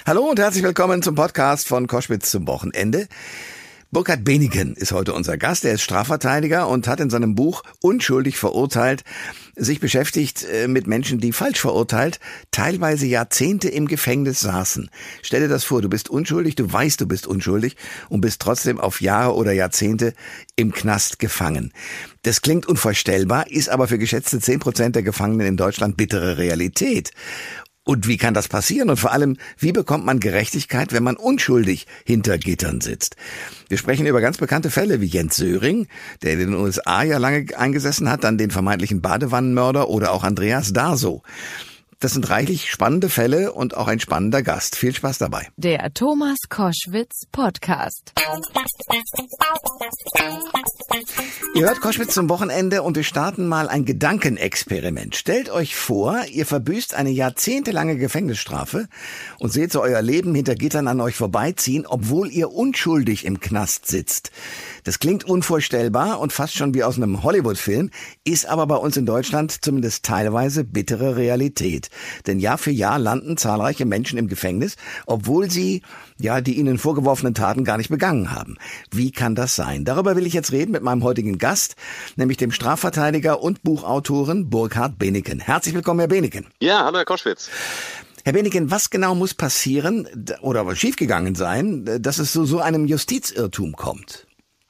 Hallo und herzlich willkommen zum Podcast von Koschwitz zum Wochenende. Burkhard Benneken ist heute unser Gast. Er ist Strafverteidiger und hat in seinem Buch Unschuldig verurteilt sich beschäftigt mit Menschen, die falsch verurteilt, teilweise Jahrzehnte im Gefängnis saßen. Stell dir das vor, du bist unschuldig, du weißt, du bist unschuldig und bist trotzdem auf Jahre oder Jahrzehnte im Knast gefangen. Das klingt unvorstellbar, ist aber für geschätzte 10% der Gefangenen in Deutschland bittere Realität. Und wie kann das passieren? Und vor allem, wie bekommt man Gerechtigkeit, wenn man unschuldig hinter Gittern sitzt? Wir sprechen über ganz bekannte Fälle wie Jens Söring, der in den USA ja lange eingesessen hat, dann den vermeintlichen Badewannenmörder oder auch Andreas Darso. Das sind reichlich spannende Fälle und auch ein spannender Gast. Viel Spaß dabei. Der Thomas Koschwitz Podcast. Ihr hört Koschwitz zum Wochenende und wir starten mal ein Gedankenexperiment. Stellt euch vor, ihr verbüßt eine jahrzehntelange Gefängnisstrafe und seht so euer Leben hinter Gittern an euch vorbeiziehen, obwohl ihr unschuldig im Knast sitzt. Das klingt unvorstellbar und fast schon wie aus einem Hollywood-Film, ist aber bei uns in Deutschland zumindest teilweise bittere Realität. Denn Jahr für Jahr landen zahlreiche Menschen im Gefängnis, obwohl sie die ihnen vorgeworfenen Taten gar nicht begangen haben. Wie kann das sein? Darüber will ich jetzt reden mit meinem heutigen Gast, nämlich dem Strafverteidiger und Buchautoren Burkhard Benneken. Herzlich willkommen, Herr Benneken. Ja, hallo Herr Koschwitz. Herr Benneken, was genau muss passieren oder schiefgegangen sein, dass es zu so einem Justizirrtum kommt?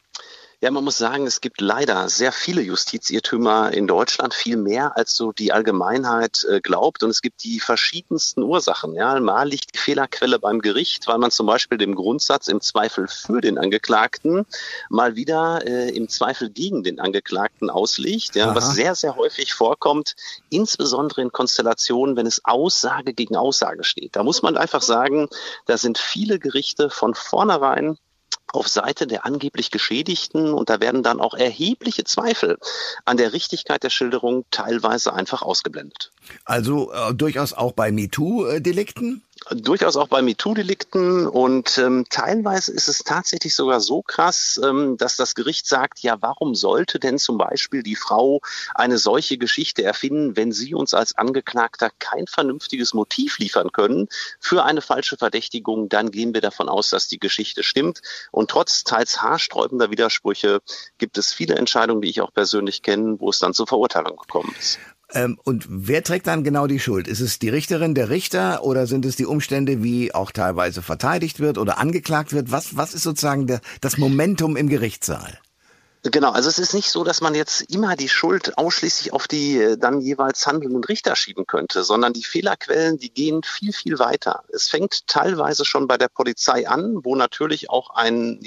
Ja, man muss sagen, es gibt leider sehr viele Justizirrtümer in Deutschland, viel mehr als so die Allgemeinheit glaubt. Und es gibt die verschiedensten Ursachen. Ja, mal liegt die Fehlerquelle beim Gericht, weil man zum Beispiel dem Grundsatz im Zweifel für den Angeklagten mal wieder im Zweifel gegen den Angeklagten auslegt. Ja, was sehr, sehr häufig vorkommt, insbesondere in Konstellationen, wenn es Aussage gegen Aussage steht. Da muss man einfach sagen, da sind viele Gerichte von vornherein auf Seite der angeblich Geschädigten und da werden dann auch erhebliche Zweifel an der Richtigkeit der Schilderung teilweise einfach ausgeblendet. Also durchaus auch bei MeToo-Delikten? Durchaus auch bei MeToo-Delikten und teilweise ist es tatsächlich sogar so krass, dass das Gericht sagt, ja, warum sollte denn zum Beispiel die Frau eine solche Geschichte erfinden, wenn sie uns als Angeklagter kein vernünftiges Motiv liefern können für eine falsche Verdächtigung, dann gehen wir davon aus, dass die Geschichte stimmt. Und trotz teils haarsträubender Widersprüche gibt es viele Entscheidungen, die ich auch persönlich kenne, wo es dann zur Verurteilung gekommen ist. Und wer trägt dann genau die Schuld? Ist es die Richterin, der Richter oder sind es die Umstände, wie auch teilweise verteidigt wird oder angeklagt wird? Was ist sozusagen das Momentum im Gerichtssaal? Genau, also es ist nicht so, dass man jetzt immer die Schuld ausschließlich auf die dann jeweils handelnden Richter schieben könnte, sondern die Fehlerquellen, die gehen viel, viel weiter. Es fängt teilweise schon bei der Polizei an, wo natürlich auch ein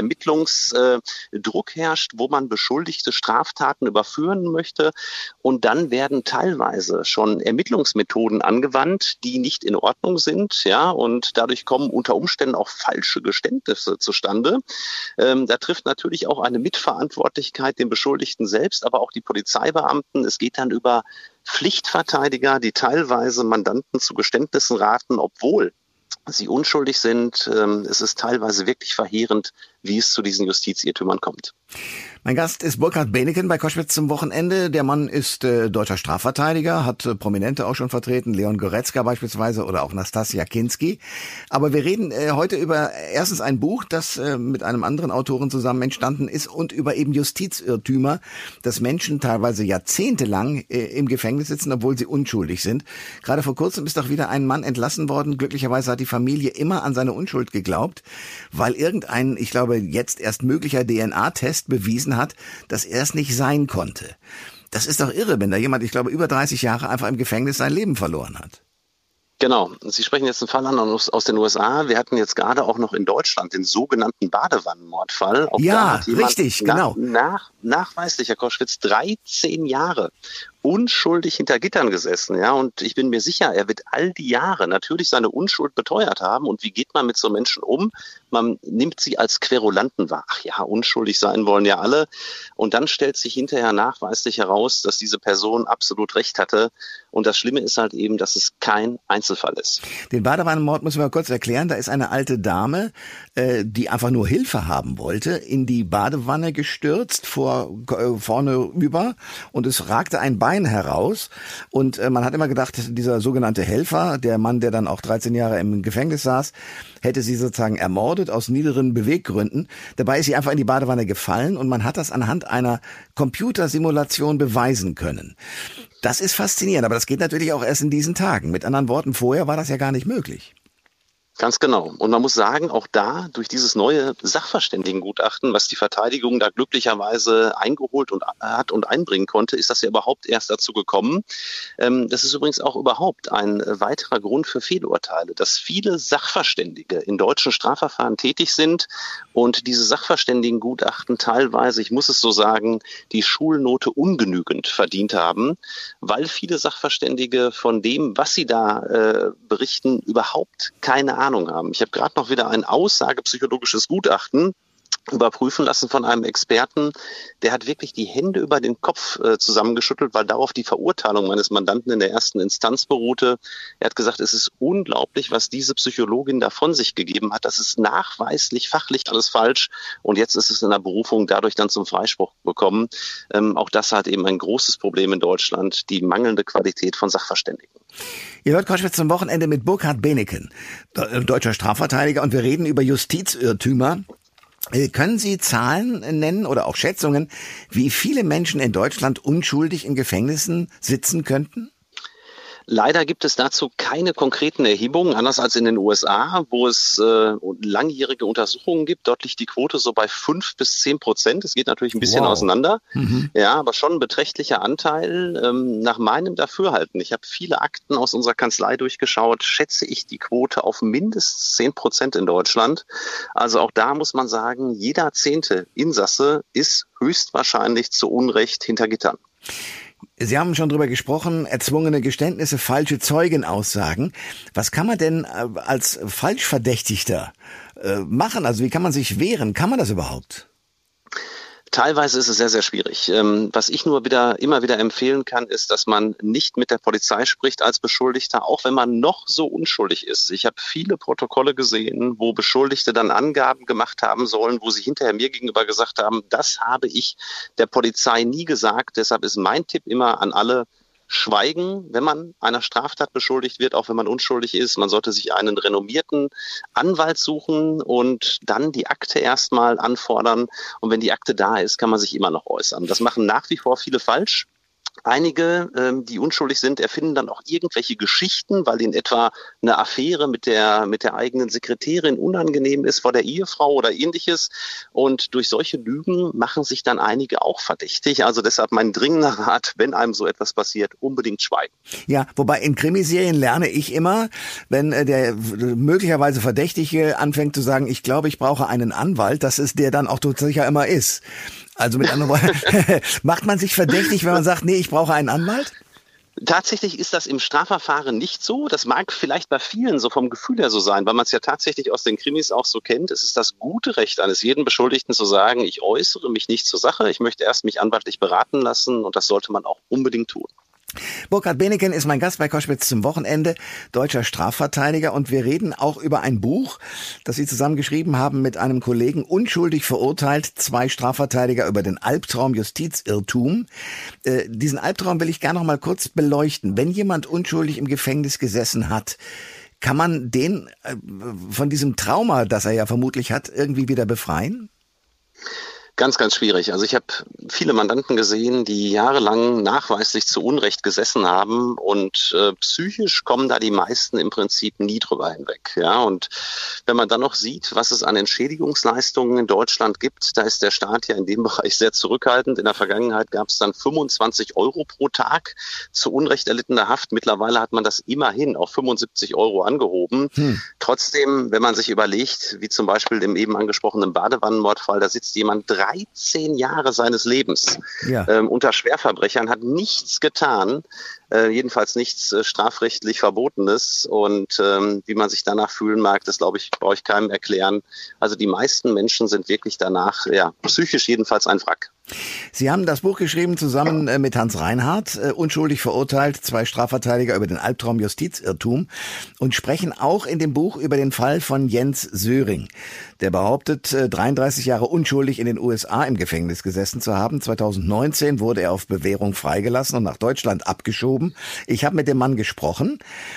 Ermittlungsdruck herrscht, wo man beschuldigte Straftaten überführen möchte. Und dann werden teilweise schon Ermittlungsmethoden angewandt, die nicht in Ordnung sind, ja, und dadurch kommen unter Umständen auch falsche Geständnisse zustande. Da trifft natürlich auch eine Mitverantwortlichkeit den Beschuldigten selbst, aber auch die Polizeibeamten. Es geht dann über Pflichtverteidiger, die teilweise Mandanten zu Geständnissen raten, obwohl sie unschuldig sind. Es ist teilweise wirklich verheerend, wie es zu diesen Justizirrtümern kommt. Mein Gast ist Burkhard Benneken bei Koschwitz zum Wochenende. Der Mann ist deutscher Strafverteidiger, hat Prominente auch schon vertreten, Leon Goretzka beispielsweise oder auch Nastassja Kinski. Aber wir reden heute über erstens ein Buch, das mit einem anderen Autoren zusammen entstanden ist und über eben Justizirrtümer, dass Menschen teilweise jahrzehntelang im Gefängnis sitzen, obwohl sie unschuldig sind. Gerade vor kurzem ist doch wieder ein Mann entlassen worden. Glücklicherweise hat die Familie immer an seine Unschuld geglaubt, weil irgendein, ich glaube jetzt erst möglicher DNA-Test bewiesen hat, dass er es nicht sein konnte. Das ist doch irre, wenn da jemand, ich glaube, über 30 Jahre einfach im Gefängnis sein Leben verloren hat. Genau, Sie sprechen jetzt einen Fall an aus den USA. Wir hatten jetzt gerade auch noch in Deutschland den sogenannten Badewannenmordfall. Auch ja, richtig, genau. Nachweislich, Herr Koschwitz, 13 Jahre unschuldig hinter Gittern gesessen, ja, und ich bin mir sicher, er wird all die Jahre natürlich seine Unschuld beteuert haben. Und wie geht man mit so Menschen um? Man nimmt sie als Querulanten wahr. Ach ja, unschuldig sein wollen ja alle. Und dann stellt sich hinterher nachweislich heraus, dass diese Person absolut recht hatte. Und das Schlimme ist halt eben, dass es kein Einzelfall ist. Den Badewannenmord müssen wir kurz erklären. Da ist eine alte Dame, die einfach nur Hilfe haben wollte, in die Badewanne gestürzt, vorne über, und es ragte ein Bein Reihen heraus. Und man hat immer gedacht, dieser sogenannte Helfer, der Mann, der dann auch 13 Jahre im Gefängnis saß, hätte sie sozusagen ermordet aus niederen Beweggründen. Dabei ist sie einfach in die Badewanne gefallen und man hat das anhand einer Computersimulation beweisen können. Das ist faszinierend, aber das geht natürlich auch erst in diesen Tagen. Mit anderen Worten, vorher war das ja gar nicht möglich. Ganz genau. Und man muss sagen, auch da durch dieses neue Sachverständigengutachten, was die Verteidigung da glücklicherweise eingeholt hat und einbringen konnte, ist das ja überhaupt erst dazu gekommen. Das ist übrigens auch überhaupt ein weiterer Grund für Fehlurteile, dass viele Sachverständige in deutschen Strafverfahren tätig sind und diese Sachverständigengutachten teilweise, ich muss es so sagen, die Schulnote ungenügend verdient haben, weil viele Sachverständige von dem, was sie da berichten, überhaupt keine Ahnung haben. Ich habe gerade noch wieder ein aussagepsychologisches Gutachten überprüfen lassen von einem Experten, der hat wirklich die Hände über den Kopf zusammengeschüttelt, weil darauf die Verurteilung meines Mandanten in der ersten Instanz beruhte. Er hat gesagt, es ist unglaublich, was diese Psychologin da von sich gegeben hat. Das ist nachweislich, fachlich alles falsch. Und jetzt ist es in der Berufung dadurch dann zum Freispruch gekommen. Auch das hat eben ein großes Problem in Deutschland, die mangelnde Qualität von Sachverständigen. Ihr hört Koschwitz zum Wochenende mit Burkhard Beneken, deutscher Strafverteidiger, und wir reden über Justizirrtümer. Können Sie Zahlen nennen oder auch Schätzungen, wie viele Menschen in Deutschland unschuldig in Gefängnissen sitzen könnten? Leider gibt es dazu keine konkreten Erhebungen, anders als in den USA, wo es langjährige Untersuchungen gibt. Dort liegt die Quote so bei 5-10%. Es geht natürlich ein bisschen auseinander, ja, aber schon ein beträchtlicher Anteil. Nach meinem Dafürhalten, ich habe viele Akten aus unserer Kanzlei durchgeschaut, schätze ich die Quote auf mindestens 10% in Deutschland. Also auch da muss man sagen, jeder 10. Insasse ist höchstwahrscheinlich zu Unrecht hinter Gittern. Sie haben schon drüber gesprochen, erzwungene Geständnisse, falsche Zeugenaussagen. Was kann man denn als Falschverdächtigter machen? Also wie kann man sich wehren? Kann man das überhaupt? Teilweise ist es sehr, sehr schwierig. Was ich nur immer wieder empfehlen kann, ist, dass man nicht mit der Polizei spricht als Beschuldigter, auch wenn man noch so unschuldig ist. Ich habe viele Protokolle gesehen, wo Beschuldigte dann Angaben gemacht haben sollen, wo sie hinterher mir gegenüber gesagt haben, das habe ich der Polizei nie gesagt. Deshalb ist mein Tipp immer an alle: Schweigen, wenn man einer Straftat beschuldigt wird, auch wenn man unschuldig ist. Man sollte sich einen renommierten Anwalt suchen und dann die Akte erstmal anfordern. Und wenn die Akte da ist, kann man sich immer noch äußern. Das machen nach wie vor viele falsch. Einige, die unschuldig sind, erfinden dann auch irgendwelche Geschichten, weil ihnen etwa eine Affäre mit der eigenen Sekretärin unangenehm ist vor der Ehefrau oder ähnliches. Und durch solche Lügen machen sich dann einige auch verdächtig. Also deshalb mein dringender Rat, wenn einem so etwas passiert, unbedingt schweigen. Ja, wobei in Krimiserien lerne ich immer, wenn der möglicherweise Verdächtige anfängt zu sagen, ich glaube, ich brauche einen Anwalt, dass es der dann auch sicher immer ist. Also mit anderen Worten, macht man sich verdächtig, wenn man sagt, nee, ich brauche einen Anwalt? Tatsächlich ist das im Strafverfahren nicht so. Das mag vielleicht bei vielen so vom Gefühl her so sein, weil man es ja tatsächlich aus den Krimis auch so kennt. Es ist das gute Recht eines jeden Beschuldigten zu sagen, ich äußere mich nicht zur Sache, ich möchte erst mich anwaltlich beraten lassen, und das sollte man auch unbedingt tun. Burkhard Beneken ist mein Gast bei Koschwitz zum Wochenende, deutscher Strafverteidiger, und wir reden auch über ein Buch, das Sie zusammen geschrieben haben mit einem Kollegen, Unschuldig verurteilt, 2 Strafverteidiger über den Albtraum Justizirrtum. Diesen Albtraum will ich gerne noch mal kurz beleuchten. Wenn jemand unschuldig im Gefängnis gesessen hat, kann man den von diesem Trauma, das er ja vermutlich hat, irgendwie wieder befreien? Ganz, ganz schwierig. Also ich habe viele Mandanten gesehen, die jahrelang nachweislich zu Unrecht gesessen haben, und psychisch kommen da die meisten im Prinzip nie drüber hinweg. Ja, und wenn man dann noch sieht, was es an Entschädigungsleistungen in Deutschland gibt, da ist der Staat ja in dem Bereich sehr zurückhaltend. In der Vergangenheit gab es dann 25 € pro Tag zu Unrecht erlittener Haft. Mittlerweile hat man das immerhin auf 75 € angehoben. Trotzdem, wenn man sich überlegt, wie zum Beispiel im eben angesprochenen Badewannenmordfall, da sitzt jemand 13 Jahre seines Lebens unter Schwerverbrechern, hat nichts getan. jedenfalls nichts strafrechtlich Verbotenes. Und wie man sich danach fühlen mag, das glaube ich, brauche ich keinem erklären. Also die meisten Menschen sind wirklich danach, ja, psychisch jedenfalls ein Wrack. Sie haben das Buch geschrieben zusammen mit Hans Reinhardt, unschuldig verurteilt, 2 Strafverteidiger über den Albtraum Justizirrtum, und sprechen auch in dem Buch über den Fall von Jens Söring. Der behauptet, 33 Jahre unschuldig in den USA im Gefängnis gesessen zu haben. 2019 wurde er auf Bewährung freigelassen und nach Deutschland abgeschoben. Ich habe mit dem Mann gesprochen.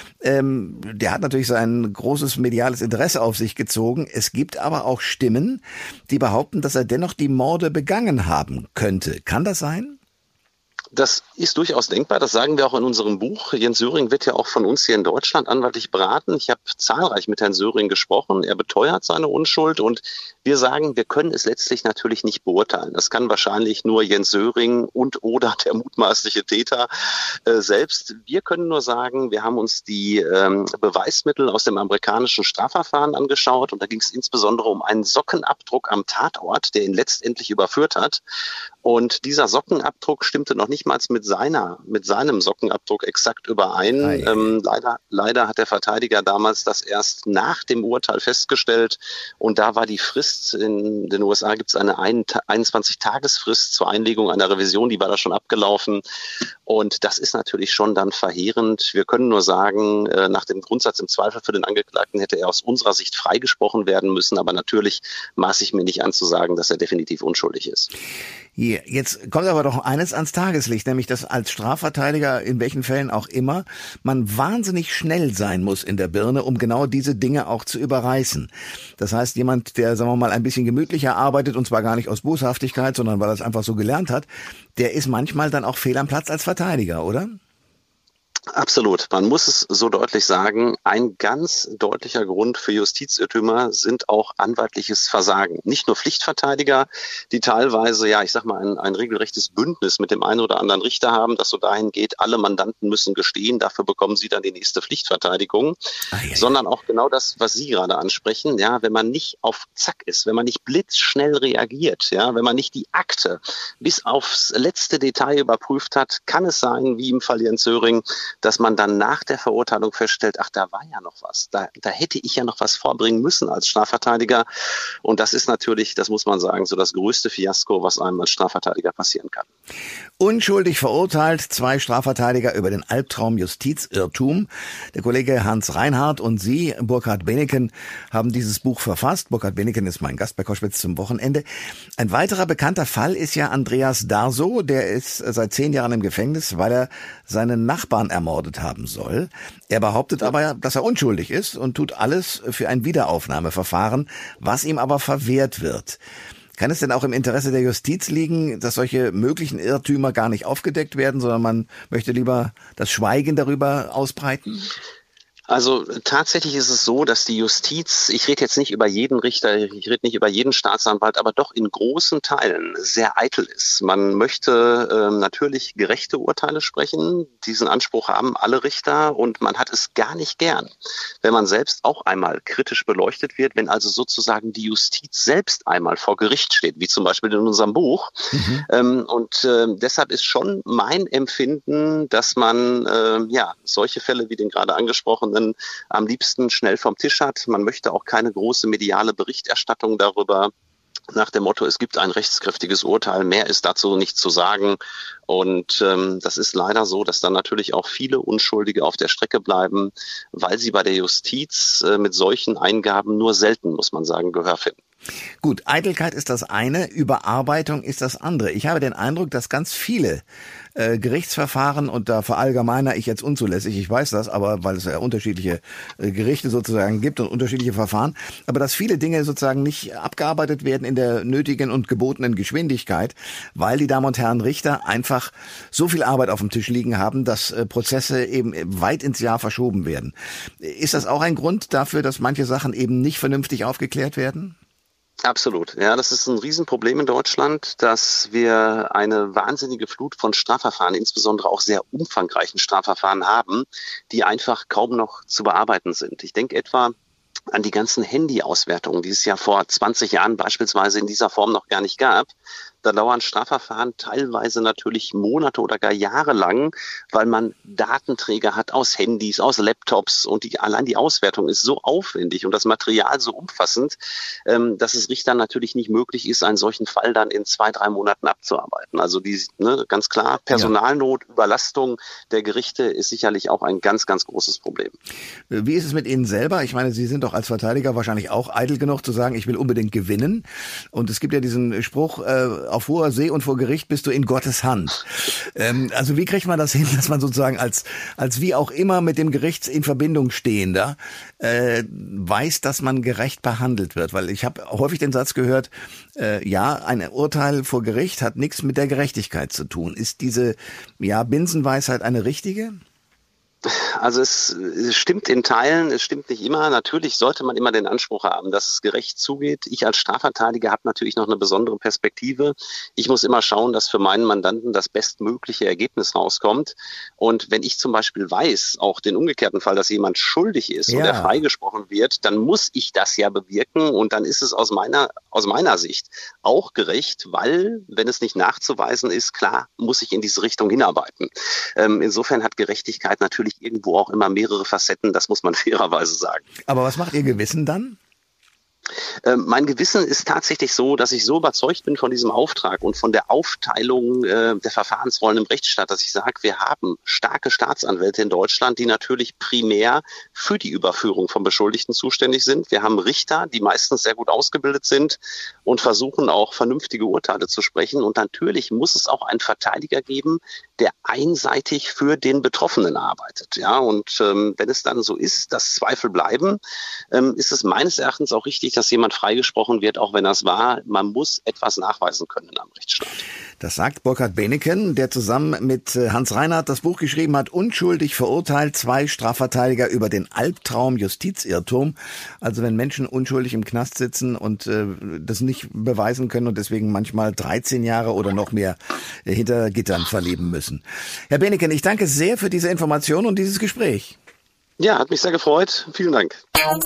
Der hat natürlich sein großes mediales Interesse auf sich gezogen. Es gibt aber auch Stimmen, die behaupten, dass er dennoch die Morde begangen haben könnte. Kann das sein? Das ist durchaus denkbar, das sagen wir auch in unserem Buch. Jens Söring wird ja auch von uns hier in Deutschland anwaltlich beraten. Ich habe zahlreich mit Herrn Söring gesprochen. Er beteuert seine Unschuld und wir sagen, wir können es letztlich natürlich nicht beurteilen. Das kann wahrscheinlich nur Jens Söring und oder der mutmaßliche Täter selbst. Wir können nur sagen, wir haben uns die Beweismittel aus dem amerikanischen Strafverfahren angeschaut und da ging es insbesondere um einen Sockenabdruck am Tatort, der ihn letztendlich überführt hat. Und dieser Sockenabdruck stimmte noch nicht mal mit seinem Sockenabdruck exakt überein. Leider hat der Verteidiger damals das erst nach dem Urteil festgestellt. Und da war die Frist, in den USA gibt es eine 21-Tagesfrist zur Einlegung einer Revision, die war da schon abgelaufen. Und das ist natürlich schon dann verheerend. Wir können nur sagen, nach dem Grundsatz im Zweifel für den Angeklagten hätte er aus unserer Sicht freigesprochen werden müssen. Aber natürlich maße ich mir nicht an zu sagen, dass er definitiv unschuldig ist. Hier, jetzt kommt aber doch eines ans Tageslicht, nämlich dass als Strafverteidiger, in welchen Fällen auch immer, man wahnsinnig schnell sein muss in der Birne, um genau diese Dinge auch zu überreißen. Das heißt, jemand, der, sagen wir mal, ein bisschen gemütlicher arbeitet, und zwar gar nicht aus Boshaftigkeit, sondern weil er es einfach so gelernt hat, der ist manchmal dann auch fehl am Platz als Verteidiger, oder? Absolut. Man muss es so deutlich sagen, ein ganz deutlicher Grund für Justizirrtümer sind auch anwaltliches Versagen. Nicht nur Pflichtverteidiger, die teilweise, ja, ich sag mal, ein regelrechtes Bündnis mit dem einen oder anderen Richter haben, das so dahin geht, alle Mandanten müssen gestehen, dafür bekommen sie dann die nächste Pflichtverteidigung, sondern auch genau das, was Sie gerade ansprechen, ja, wenn man nicht auf Zack ist, wenn man nicht blitzschnell reagiert, ja, wenn man nicht die Akte bis aufs letzte Detail überprüft hat, kann es sein, wie im Fall Jens Söring, dass man dann nach der Verurteilung feststellt, ach, da war ja noch was. Da hätte ich ja noch was vorbringen müssen als Strafverteidiger. Und das ist natürlich, das muss man sagen, so das größte Fiasko, was einem als Strafverteidiger passieren kann. Unschuldig verurteilt, 2 Strafverteidiger über den Albtraum Justizirrtum. Der Kollege Hans Reinhardt und Sie, Burkhard Beneken, haben dieses Buch verfasst. Burkhard Beneken ist mein Gast bei Koschwitz zum Wochenende. Ein weiterer bekannter Fall ist ja Andreas Darso. Der ist seit 10 Jahren im Gefängnis, weil er seinen Nachbarn ermordet haben soll. Er behauptet aber, dass er unschuldig ist und tut alles für ein Wiederaufnahmeverfahren, was ihm aber verwehrt wird. Kann es denn auch im Interesse der Justiz liegen, dass solche möglichen Irrtümer gar nicht aufgedeckt werden, sondern man möchte lieber das Schweigen darüber ausbreiten? Also tatsächlich ist es so, dass die Justiz, ich rede jetzt nicht über jeden Richter, ich rede nicht über jeden Staatsanwalt, aber doch in großen Teilen sehr eitel ist. Man möchte natürlich gerechte Urteile sprechen. Diesen Anspruch haben alle Richter und man hat es gar nicht gern, wenn man selbst auch einmal kritisch beleuchtet wird, wenn also sozusagen die Justiz selbst einmal vor Gericht steht, wie zum Beispiel in unserem Buch. Deshalb ist schon mein Empfinden, dass man solche Fälle wie den gerade angesprochenen am liebsten schnell vom Tisch hat. Man möchte auch keine große mediale Berichterstattung darüber. Nach dem Motto, es gibt ein rechtskräftiges Urteil, mehr ist dazu nicht zu sagen. Und das ist leider so, dass dann natürlich auch viele Unschuldige auf der Strecke bleiben, weil sie bei der Justiz mit solchen Eingaben nur selten, muss man sagen, Gehör finden. Gut, Eitelkeit ist das eine, Überarbeitung ist das andere. Ich habe den Eindruck, dass ganz viele Gerichtsverfahren, und da verallgemeiner ich jetzt unzulässig, ich weiß das, aber weil es ja unterschiedliche Gerichte sozusagen gibt und unterschiedliche Verfahren, aber dass viele Dinge sozusagen nicht abgearbeitet werden in der nötigen und gebotenen Geschwindigkeit, weil die Damen und Herren Richter einfach so viel Arbeit auf dem Tisch liegen haben, dass Prozesse eben weit ins Jahr verschoben werden. Ist das auch ein Grund dafür, dass manche Sachen eben nicht vernünftig aufgeklärt werden? Absolut. Ja, das ist ein Riesenproblem in Deutschland, dass wir eine wahnsinnige Flut von Strafverfahren, insbesondere auch sehr umfangreichen Strafverfahren haben, die einfach kaum noch zu bearbeiten sind. Ich denke etwa an die ganzen Handy-Auswertungen, die es ja vor 20 Jahren beispielsweise in dieser Form noch gar nicht gab. Da dauern Strafverfahren teilweise natürlich Monate oder gar Jahre lang, weil man Datenträger hat aus Handys, aus Laptops und allein die Auswertung ist so aufwendig und das Material so umfassend, dass es Richtern natürlich nicht möglich ist, einen solchen Fall dann in 2-3 Monaten abzuarbeiten. Also ganz klar, Personalnot, Überlastung der Gerichte ist sicherlich auch ein ganz, ganz großes Problem. Wie ist es mit Ihnen selber? Ich meine, Sie sind doch als Verteidiger wahrscheinlich auch eitel genug zu sagen, ich will unbedingt gewinnen. Und es gibt ja diesen Spruch, auf hoher See und vor Gericht bist du in Gottes Hand. Also wie kriegt man das hin, dass man sozusagen als wie auch immer mit dem Gericht in Verbindung Stehender weiß, dass man gerecht behandelt wird? Weil ich habe häufig den Satz gehört, ein Urteil vor Gericht hat nichts mit der Gerechtigkeit zu tun. Ist diese Binsenweisheit eine richtige? Also es stimmt in Teilen, es stimmt nicht immer. Natürlich sollte man immer den Anspruch haben, dass es gerecht zugeht. Ich als Strafverteidiger habe natürlich noch eine besondere Perspektive. Ich muss immer schauen, dass für meinen Mandanten das bestmögliche Ergebnis rauskommt. Und wenn ich zum Beispiel weiß, auch den umgekehrten Fall, dass jemand schuldig ist und er freigesprochen wird, dann muss ich das ja bewirken. Und dann ist es aus meiner Sicht auch gerecht, weil, wenn es nicht nachzuweisen ist, klar, muss ich in diese Richtung hinarbeiten. Insofern hat Gerechtigkeit natürlich irgendwo auch immer mehrere Facetten, das muss man fairerweise sagen. Aber was macht Ihr Gewissen dann? Mein Gewissen ist tatsächlich so, dass ich so überzeugt bin von diesem Auftrag und von der Aufteilung der Verfahrensrollen im Rechtsstaat, dass ich sage, wir haben starke Staatsanwälte in Deutschland, die natürlich primär für die Überführung von Beschuldigten zuständig sind. Wir haben Richter, die meistens sehr gut ausgebildet sind und versuchen auch vernünftige Urteile zu sprechen. Und natürlich muss es auch einen Verteidiger geben, der einseitig für den Betroffenen arbeitet. Ja, und wenn es dann so ist, dass Zweifel bleiben, ist es meines Erachtens auch richtig, dass jemand freigesprochen wird, auch wenn das war. Man muss etwas nachweisen können am Rechtsstaat. Das sagt Burkhard Beneken, der zusammen mit Hans Reinhardt das Buch geschrieben hat, Unschuldig verurteilt, 2 Strafverteidiger über den Albtraum Justizirrtum. Also wenn Menschen unschuldig im Knast sitzen und das nicht beweisen können und deswegen manchmal 13 Jahre oder noch mehr hinter Gittern verleben müssen. Herr Beneken, ich danke sehr für diese Information und dieses Gespräch. Ja, hat mich sehr gefreut. Vielen Dank.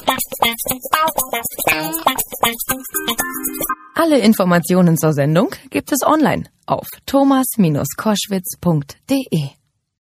Alle Informationen zur Sendung gibt es online auf thomas-koschwitz.de.